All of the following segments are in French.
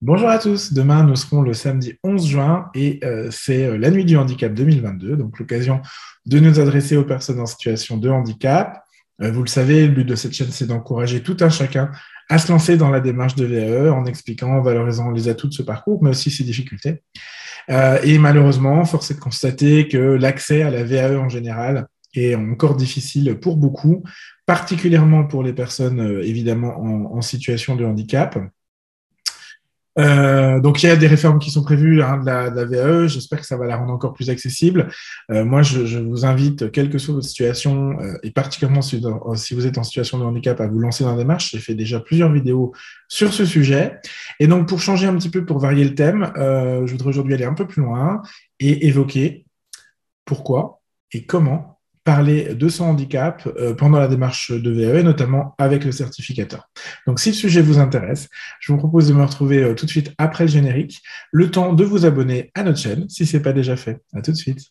Bonjour à tous, demain nous serons le samedi 11 juin et c'est la nuit du handicap 2022, donc l'occasion de nous adresser aux personnes en situation de handicap. Vous le savez, le but de cette chaîne, c'est d'encourager tout un chacun à se lancer dans la démarche de VAE en expliquant, en valorisant les atouts de ce parcours, mais aussi ses difficultés. Et malheureusement, force est de constater que l'accès à la VAE en général est encore difficile pour beaucoup, particulièrement pour les personnes évidemment en situation de handicap. Donc il y a des réformes qui sont prévues de la VAE. J'espère que ça va la rendre encore plus accessible. Moi, je vous invite, quelle que soit votre situation, et particulièrement si vous êtes en situation de handicap, à vous lancer dans la démarche. J'ai fait déjà plusieurs vidéos sur ce sujet. Et donc pour changer un petit peu, pour varier le thème, je voudrais aujourd'hui aller un peu plus loin et évoquer pourquoi et comment parler de son handicap pendant la démarche de VAE, notamment avec le certificateur. Donc, si le sujet vous intéresse, je vous propose de me retrouver tout de suite après le générique, le temps de vous abonner à notre chaîne, si ce n'est pas déjà fait. À tout de suite.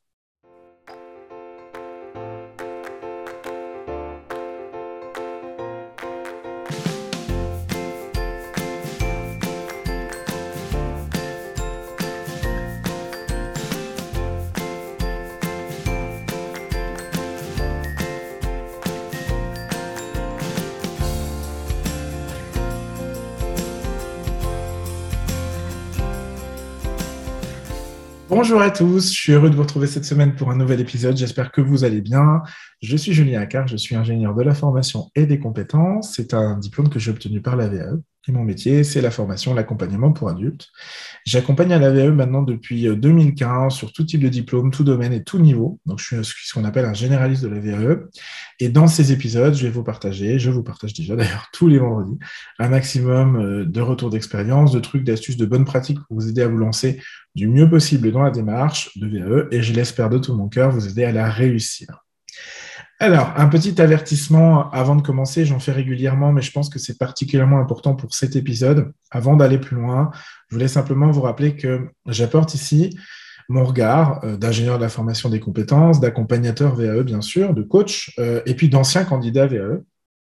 Bonjour à tous, je suis heureux de vous retrouver cette semaine pour un nouvel épisode. J'espère que vous allez bien. Je suis Julien Accard, je suis ingénieur de la formation et des compétences. C'est un diplôme que j'ai obtenu par la VAE. Et mon métier, c'est la formation, l'accompagnement pour adultes. J'accompagne à la VAE maintenant depuis 2015 sur tout type de diplôme, tout domaine et tout niveau. Donc, je suis ce qu'on appelle un généraliste de la VAE. Et dans ces épisodes, je vous partage déjà d'ailleurs tous les vendredis, un maximum de retours d'expérience, de trucs, d'astuces, de bonnes pratiques pour vous aider à vous lancer du mieux possible dans la démarche de VAE et je l'espère de tout mon cœur vous aider à la réussir. Alors, un petit avertissement avant de commencer, j'en fais régulièrement, mais je pense que c'est particulièrement important pour cet épisode. Avant d'aller plus loin, je voulais simplement vous rappeler que j'apporte ici mon regard d'ingénieur de la formation des compétences, d'accompagnateur VAE bien sûr, de coach, et puis d'ancien candidat VAE.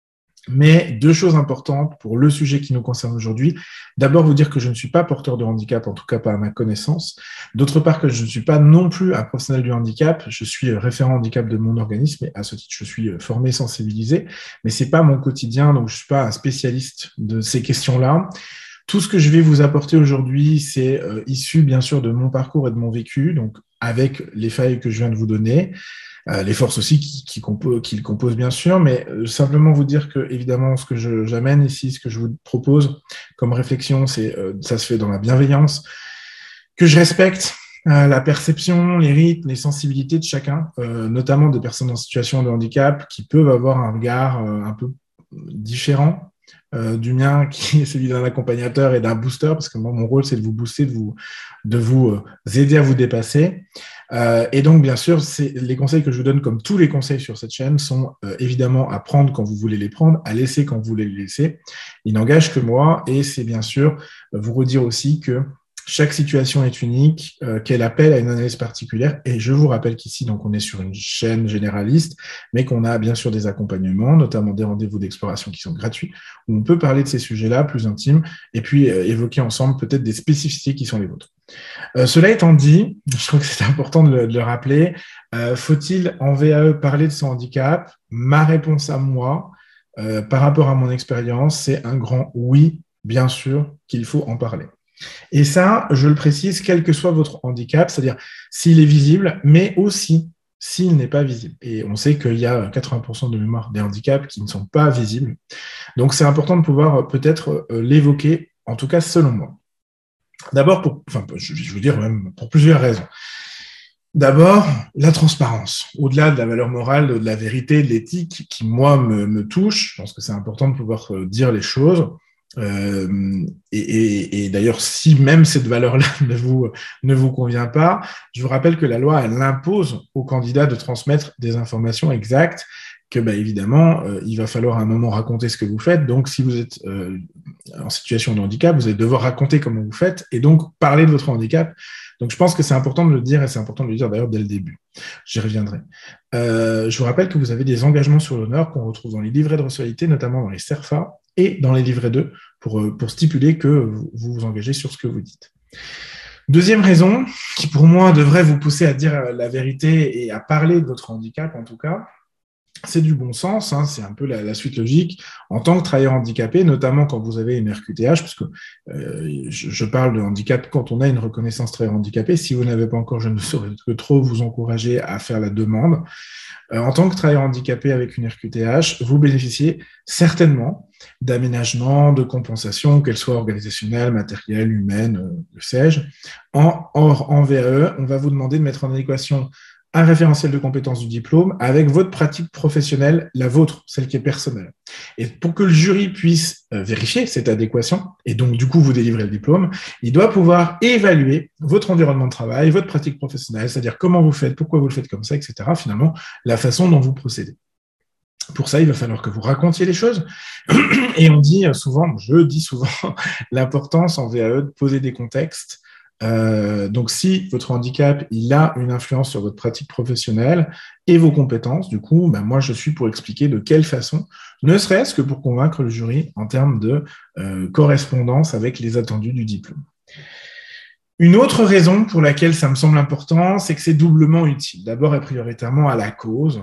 Mais deux choses importantes pour le sujet qui nous concerne aujourd'hui. D'abord, vous dire que je ne suis pas porteur de handicap, en tout cas pas à ma connaissance. D'autre part, que je ne suis pas non plus un professionnel du handicap. Je suis référent handicap de mon organisme et à ce titre, je suis formé, sensibilisé. Mais c'est pas mon quotidien, donc je suis pas un spécialiste de ces questions-là. Tout ce que je vais vous apporter aujourd'hui, c'est issu bien sûr de mon parcours et de mon vécu, donc avec les failles que je viens de vous donner. Les forces aussi qui le composent bien sûr, mais simplement vous dire que évidemment ce que j'amène ici, ce que je vous propose comme réflexion, c'est ça se fait dans la bienveillance, que je respecte la perception, les rythmes, les sensibilités de chacun, notamment des personnes en situation de handicap qui peuvent avoir un regard un peu différent du mien, qui est celui d'un accompagnateur et d'un booster, parce que moi, mon rôle, c'est de vous booster, de vous aider à vous dépasser. Et donc, bien sûr, les conseils que je vous donne, comme tous les conseils sur cette chaîne, sont évidemment à prendre quand vous voulez les prendre, à laisser quand vous voulez les laisser. Ils n'engagent que moi, et c'est bien sûr vous redire aussi que chaque situation est unique, qu'elle appelle à une analyse particulière. Et je vous rappelle qu'ici, donc, on est sur une chaîne généraliste, mais qu'on a bien sûr des accompagnements, notamment des rendez-vous d'exploration qui sont gratuits, où on peut parler de ces sujets-là plus intimes, et puis évoquer ensemble peut-être des spécificités qui sont les vôtres. Cela étant dit, je trouve que c'est important de le rappeler, faut-il en VAE parler de son handicap? Ma réponse à moi, par rapport à mon expérience, c'est un grand oui, bien sûr qu'il faut en parler. Et ça, je le précise, quel que soit votre handicap, c'est-à-dire s'il est visible, mais aussi s'il n'est pas visible. Et on sait qu'il y a 80% de mémoire des handicaps qui ne sont pas visibles. Donc, c'est important de pouvoir peut-être l'évoquer, en tout cas selon moi. D'abord, je veux dire même pour plusieurs raisons. D'abord, la transparence. Au-delà de la valeur morale, de la vérité, de l'éthique qui, moi, me touche, je pense que c'est important de pouvoir dire les choses. Et d'ailleurs, si même cette valeur-là ne vous convient pas, je vous rappelle que la loi, elle impose aux candidats de transmettre des informations exactes, que évidemment, il va falloir à un moment raconter ce que vous faites. Donc, si vous êtes en situation de handicap, vous allez devoir raconter comment vous faites et donc parler de votre handicap. Donc, je pense que c'est important de le dire et c'est important de le dire d'ailleurs dès le début. J'y reviendrai. Je vous rappelle que vous avez des engagements sur l'honneur qu'on retrouve dans les livrets de recevabilité, notamment dans les CERFA et dans les livrets 2 pour stipuler que vous vous engagez sur ce que vous dites. Deuxième raison, qui pour moi devrait vous pousser à dire la vérité et à parler de votre handicap en tout cas, c'est du bon sens, hein, c'est un peu la suite logique. En tant que travailleur handicapé, notamment quand vous avez une RQTH, parce que je parle de handicap quand on a une reconnaissance travailleur handicapé. Si vous n'avez pas encore, je ne saurais que trop vous encourager à faire la demande. En tant que travailleur handicapé avec une RQTH, vous bénéficiez certainement d'aménagements, de compensations, qu'elles soient organisationnelles, matérielles, humaines, que sais-je. En VAE, on va vous demander de mettre en adéquation un référentiel de compétences du diplôme avec votre pratique professionnelle, la vôtre, celle qui est personnelle. Et pour que le jury puisse vérifier cette adéquation, et donc du coup vous délivrer le diplôme, il doit pouvoir évaluer votre environnement de travail, votre pratique professionnelle, c'est-à-dire comment vous faites, pourquoi vous le faites comme ça, etc. Finalement, la façon dont vous procédez. Pour ça, il va falloir que vous racontiez les choses. Et on dit souvent, je dis souvent, l'importance en VAE de poser des contextes. Donc, si votre handicap, il a une influence sur votre pratique professionnelle et vos compétences, du coup, moi, je suis pour expliquer de quelle façon, ne serait-ce que pour convaincre le jury en termes de correspondance avec les attendus du diplôme. Une autre raison pour laquelle ça me semble important, c'est que c'est doublement utile. D'abord et prioritairement à la cause,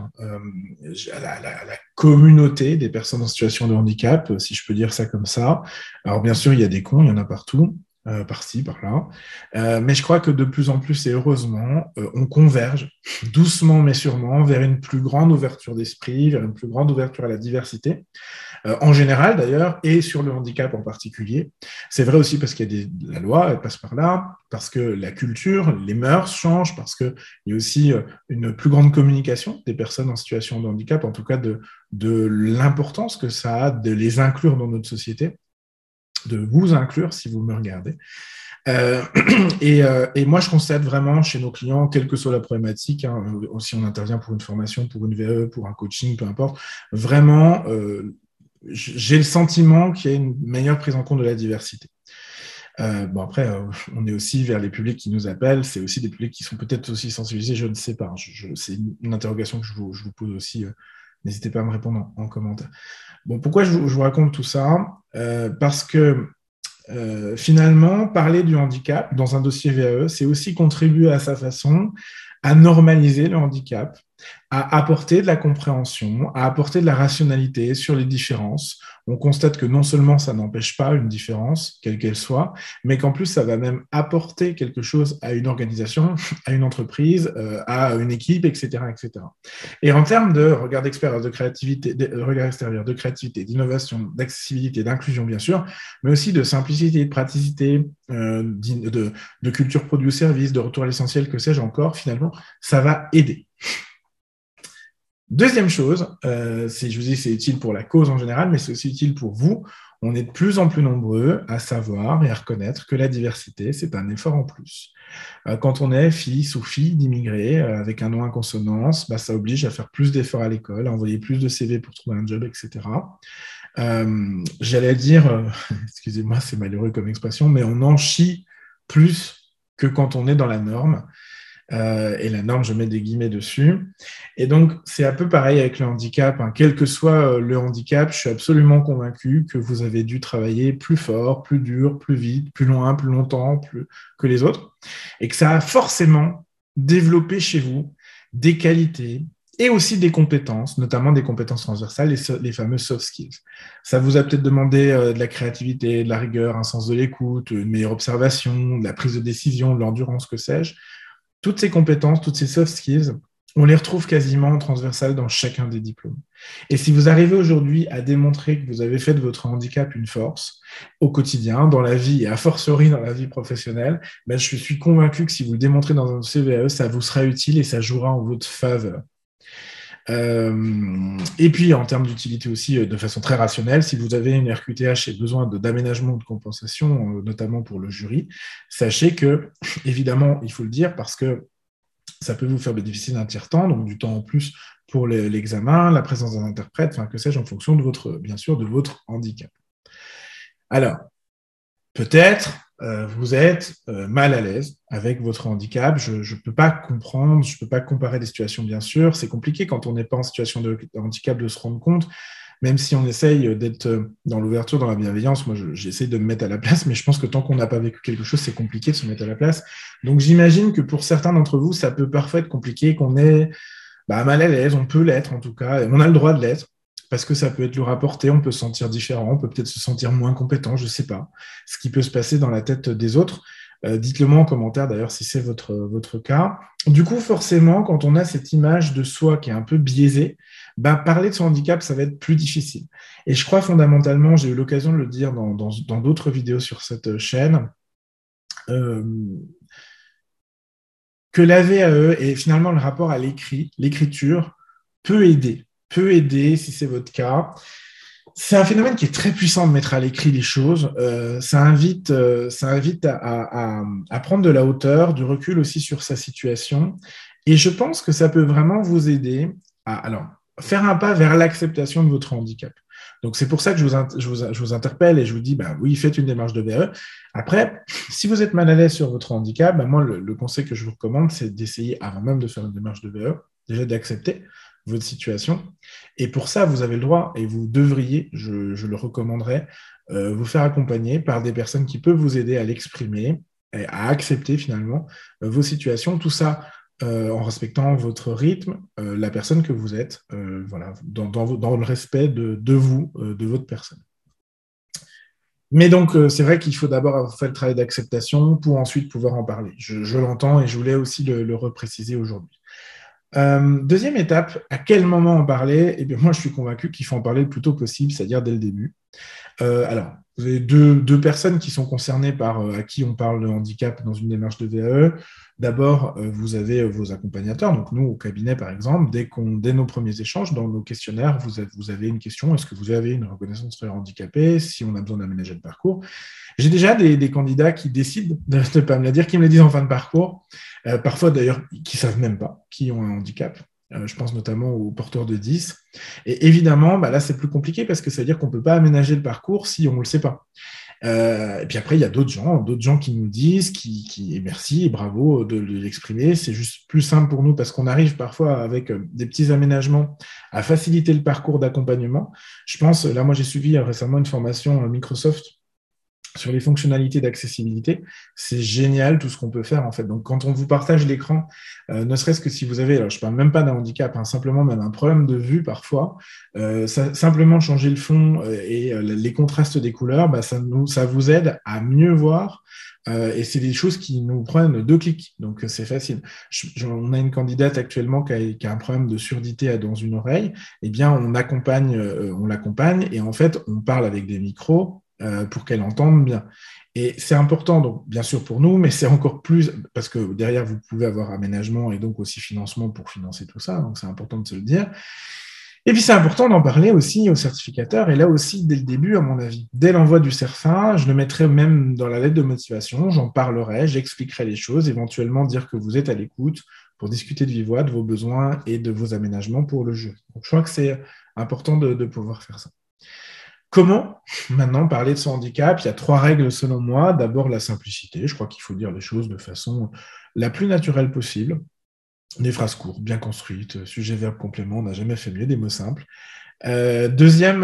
à la communauté des personnes en situation de handicap, si je peux dire ça comme ça. Alors bien sûr, il y a des cons, il y en a partout. Par-ci, par-là. Mais je crois que de plus en plus, et heureusement, on converge doucement mais sûrement vers une plus grande ouverture d'esprit, vers une plus grande ouverture à la diversité, en général d'ailleurs, et sur le handicap en particulier. C'est vrai aussi parce qu'il y a la loi, elle passe par là, parce que la culture, les mœurs changent, parce qu'il y a aussi une plus grande communication des personnes en situation de handicap, en tout cas de l'importance que ça a de les inclure dans notre société, de vous inclure si vous me regardez. Et moi, je constate vraiment chez nos clients, quelle que soit la problématique, hein, si on intervient pour une formation, pour une VE, pour un coaching, peu importe, vraiment, j'ai le sentiment qu'il y a une meilleure prise en compte de la diversité. Bon, après, on est aussi vers les publics qui nous appellent, c'est aussi des publics qui sont peut-être aussi sensibilisés, je ne sais pas. C'est une interrogation que je vous pose aussi. N'hésitez pas à me répondre en commentaire. Bon, pourquoi je vous raconte tout ça? Parce que finalement, parler du handicap dans un dossier VAE, c'est aussi contribuer à sa façon à normaliser le handicap, à apporter de la compréhension, à apporter de la rationalité sur les différences. On constate que non seulement ça n'empêche pas une différence, quelle qu'elle soit, mais qu'en plus, ça va même apporter quelque chose à une organisation, à une entreprise, à une équipe, etc., etc. Et en termes de regard d'expérience, de créativité, regard extérieur, de créativité, d'innovation, d'accessibilité, d'inclusion, bien sûr, mais aussi de simplicité, de praticité, de culture produit ou service, de retour à l'essentiel, que sais-je encore, finalement, ça va aider. Deuxième chose, je vous dis c'est utile pour la cause en général, mais c'est aussi utile pour vous. On est de plus en plus nombreux à savoir et à reconnaître que la diversité, c'est un effort en plus. Quand on est fils ou fille d'immigrés avec un nom à consonance, ça oblige à faire plus d'efforts à l'école, à envoyer plus de CV pour trouver un job, etc. J'allais dire, excusez-moi, c'est malheureux comme expression, mais on en chie plus que quand on est dans la norme. Et la norme, je mets des guillemets dessus. Et donc, c'est un peu pareil avec le handicap. Hein. Quel que soit le handicap, je suis absolument convaincu que vous avez dû travailler plus fort, plus dur, plus vite, plus loin, plus longtemps que les autres. Et que ça a forcément développé chez vous des qualités et aussi des compétences, notamment des compétences transversales, les fameux soft skills. Ça vous a peut-être demandé de la créativité, de la rigueur, un sens de l'écoute, une meilleure observation, de la prise de décision, de l'endurance, que sais-je. Toutes ces compétences, toutes ces soft skills, on les retrouve quasiment en transversal dans chacun des diplômes. Et si vous arrivez aujourd'hui à démontrer que vous avez fait de votre handicap une force au quotidien, dans la vie et a fortiori dans la vie professionnelle, je suis convaincu que si vous le démontrez dans un CVAE, ça vous sera utile et ça jouera en votre faveur. Et puis, en termes d'utilité aussi, de façon très rationnelle, si vous avez une RQTH et besoin d'aménagement ou de compensation, notamment pour le jury, sachez que, évidemment, il faut le dire, parce que ça peut vous faire bénéficier d'un tiers-temps, donc du temps en plus pour l'examen, la présence d'un interprète, enfin, que sais-je, en fonction de bien sûr, de votre handicap. Alors, peut-être vous êtes mal à l'aise avec votre handicap. Je ne peux pas comprendre, je ne peux pas comparer des situations, bien sûr. C'est compliqué quand on n'est pas en situation de handicap de se rendre compte. même si on essaye d'être dans l'ouverture, dans la bienveillance. Moi, j'essaie de me mettre à la place, mais je pense que tant qu'on n'a pas vécu quelque chose, c'est compliqué de se mettre à la place. Donc, j'imagine que pour certains d'entre vous, ça peut parfois être compliqué, qu'on est mal à l'aise, on peut l'être en tout cas, et on a le droit de l'être, parce que ça peut être lourd à porter, on peut se sentir différent, on peut peut-être se sentir moins compétent, je ne sais pas, ce qui peut se passer dans la tête des autres. Dites-le moi en commentaire d'ailleurs si c'est votre cas. Du coup, forcément, quand on a cette image de soi qui est un peu biaisée, parler de son handicap, ça va être plus difficile. Et je crois fondamentalement, j'ai eu l'occasion de le dire dans d'autres vidéos sur cette chaîne, euh, que la VAE et finalement le rapport à l'écriture peut aider si c'est votre cas. C'est un phénomène qui est très puissant de mettre à l'écrit les choses. Ça invite à prendre de la hauteur, du recul aussi sur sa situation. Et je pense que ça peut vraiment vous aider à faire un pas vers l'acceptation de votre handicap. Donc, c'est pour ça que je vous interpelle et je vous dis, oui, faites une démarche de VAE. Après, si vous êtes mal à l'aise sur votre handicap, moi, le conseil que je vous recommande, c'est d'essayer, avant même de faire une démarche de VAE, déjà d'accepter votre situation. Et pour ça, vous avez le droit et vous devriez, je le recommanderais, vous faire accompagner par des personnes qui peuvent vous aider à l'exprimer et à accepter finalement vos situations. Tout ça en respectant votre rythme, la personne que vous êtes, voilà, dans le respect de vous, de votre personne. Mais donc, c'est vrai qu'il faut d'abord avoir fait le travail d'acceptation pour ensuite pouvoir en parler. Je l'entends et je voulais aussi le repréciser aujourd'hui. Deuxième étape, à quel moment en parler? Eh bien, moi, je suis convaincu qu'il faut en parler le plus tôt possible, c'est-à-dire dès le début. Alors, vous avez deux personnes qui sont concernées par à qui on parle de handicap dans une démarche de VAE. D'abord, vous avez vos accompagnateurs. Donc, nous, au cabinet, par exemple, dès nos premiers échanges, dans nos questionnaires, vous avez une question. Est-ce que vous avez une reconnaissance de travailleur handicapé? Si on a besoin d'aménager le parcours. J'ai déjà des candidats qui décident de ne pas me le dire, qui me le disent en fin de parcours. Parfois, d'ailleurs, qui ne savent même pas qui ont un handicap. Je pense notamment aux porteurs de 10. Et évidemment, là, c'est plus compliqué parce que ça veut dire qu'on ne peut pas aménager le parcours si on ne le sait pas. Et puis après, il y a d'autres gens qui nous disent, et merci et bravo de l'exprimer. C'est juste plus simple pour nous parce qu'on arrive parfois avec des petits aménagements à faciliter le parcours d'accompagnement. Je pense, là, moi, j'ai suivi récemment une formation Microsoft sur les fonctionnalités d'accessibilité. C'est génial tout ce qu'on peut faire en fait. Donc quand on vous partage l'écran, ne serait-ce que si vous avez, alors je ne parle même pas d'un handicap, simplement même un problème de vue parfois, simplement changer le fond et les contrastes des couleurs, ça vous aide à mieux voir. Et c'est des choses qui nous prennent 2 clics, donc c'est facile. On a une candidate actuellement qui a un problème de surdité dans une oreille. Eh bien, on l'accompagne et en fait, on parle avec des micros pour qu'elle entende bien. Et c'est important, donc, bien sûr pour nous, mais c'est encore plus, parce que derrière, vous pouvez avoir aménagement et donc aussi financement pour financer tout ça, donc c'est important de se le dire. Et puis c'est important d'en parler aussi aux certificateurs, et là aussi dès le début, à mon avis. Dès l'envoi du CERFA, je le mettrai même dans la lettre de motivation, j'en parlerai, j'expliquerai les choses, éventuellement dire que vous êtes à l'écoute pour discuter de vive voix de vos besoins et de vos aménagements pour le jeu. Donc je crois que c'est important de pouvoir faire ça. Comment maintenant parler de son handicap? Il y a 3 règles selon moi. D'abord, la simplicité. Je crois qu'il faut dire les choses de façon la plus naturelle possible. Des phrases courtes, bien construites, sujet, verbe, complément, on n'a jamais fait mieux, des mots simples. Deuxième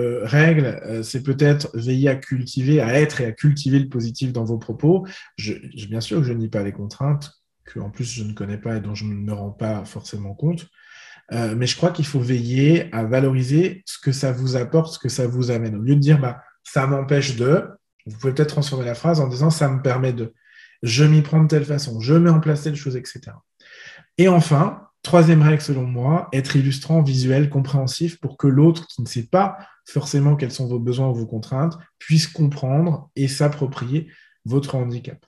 règle, c'est peut-être veiller à être et à cultiver le positif dans vos propos. Bien sûr que je nie pas les contraintes, qu'en plus je ne connais pas et dont je ne me rends pas forcément compte. Mais je crois qu'il faut veiller à valoriser ce que ça vous apporte, ce que ça vous amène. Au lieu de dire ça m'empêche de, vous pouvez peut-être transformer la phrase en disant ça me permet de, je m'y prends de telle façon, je mets en place telle chose, etc. Et enfin, 3e règle selon moi, être illustrant, visuel, compréhensif pour que l'autre qui ne sait pas forcément quels sont vos besoins ou vos contraintes puisse comprendre et s'approprier votre handicap.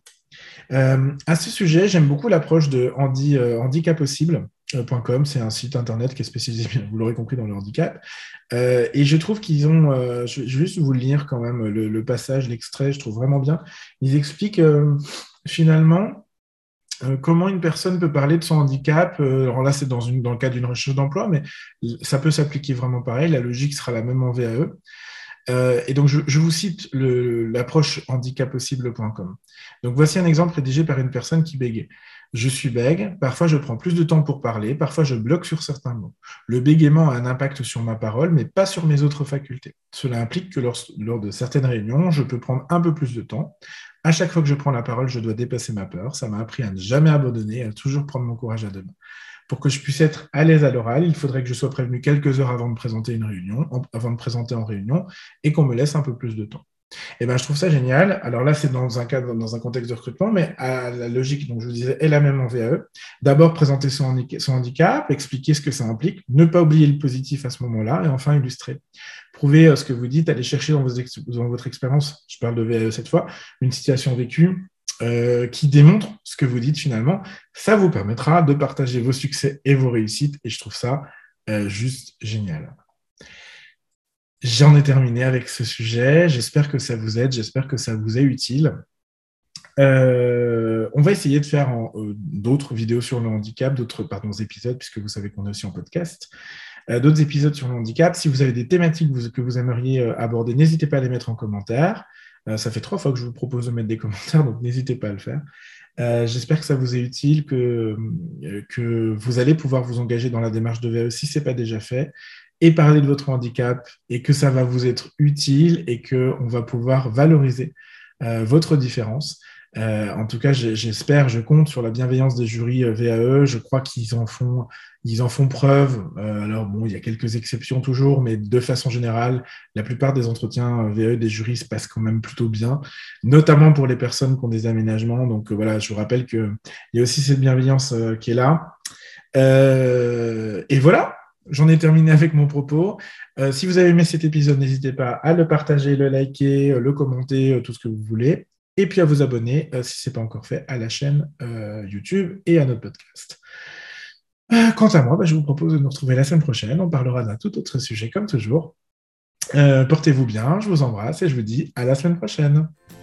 À ce sujet, j'aime beaucoup l'approche de handicapossible.com. C'est un site internet qui est spécialisé, vous l'aurez compris, dans le handicap. Et je trouve qu'ils ont, je vais juste vous lire quand même le passage, l'extrait, je trouve vraiment bien. Ils expliquent finalement comment une personne peut parler de son handicap. Alors là, c'est dans le cadre d'une recherche d'emploi, mais ça peut s'appliquer vraiment pareil. La logique sera la même en VAE. Et donc, je vous cite l'approche handicappossible.com. Donc, voici un exemple rédigé par une personne qui bégait. Je suis bègue, parfois je prends plus de temps pour parler, parfois je bloque sur certains mots. Le bégaiement a un impact sur ma parole, mais pas sur mes autres facultés. Cela implique que lors de certaines réunions, je peux prendre un peu plus de temps. À chaque fois que je prends la parole, je dois dépasser ma peur. Ça m'a appris à ne jamais abandonner, à toujours prendre mon courage à deux mains. Pour que je puisse être à l'aise à l'oral, il faudrait que je sois prévenu quelques heures avant de présenter une réunion, avant de présenter en réunion, et qu'on me laisse un peu plus de temps. Et ben, je trouve ça génial. Alors là, c'est dans un cadre, dans un contexte de recrutement, mais à la logique, donc je vous disais, est la même en VAE. D'abord, présenter son handicap, expliquer ce que ça implique, ne pas oublier le positif à ce moment-là, et enfin illustrer. Prouver ce que vous dites, aller chercher dans votre expérience, je parle de VAE cette fois, une situation vécue qui démontre ce que vous dites finalement. Ça vous permettra de partager vos succès et vos réussites, et je trouve ça juste génial. J'en ai terminé avec ce sujet. J'espère que ça vous aide, j'espère que ça vous est utile. On va essayer de faire d'autres vidéos sur le handicap, d'autres épisodes, puisque vous savez qu'on est aussi en podcast. D'autres épisodes sur le handicap. Si vous avez des thématiques que vous aimeriez aborder, n'hésitez pas à les mettre en commentaire. Ça fait 3 fois que je vous propose de mettre des commentaires, donc n'hésitez pas à le faire. J'espère que ça vous est utile, que vous allez pouvoir vous engager dans la démarche de VAE si ce n'est pas déjà fait, et parler de votre handicap, et que ça va vous être utile, et qu'on va pouvoir valoriser votre différence. En tout cas, j'espère, je compte sur la bienveillance des jurys VAE. Je crois qu'ils en font preuve. Alors bon, il y a quelques exceptions toujours, mais de façon générale, la plupart des entretiens VAE des jurys se passent quand même plutôt bien, notamment pour les personnes qui ont des aménagements. Donc voilà, je vous rappelle qu'il y a aussi cette bienveillance qui est là. Et voilà. J'en ai terminé avec mon propos. Si vous avez aimé cet épisode, n'hésitez pas à le partager, le liker, le commenter, tout ce que vous voulez. Et puis à vous abonner, si ce n'est pas encore fait, à la chaîne YouTube et à notre podcast. Quant à moi, je vous propose de nous retrouver la semaine prochaine. On parlera d'un tout autre sujet, comme toujours. Portez-vous bien, je vous embrasse et je vous dis à la semaine prochaine.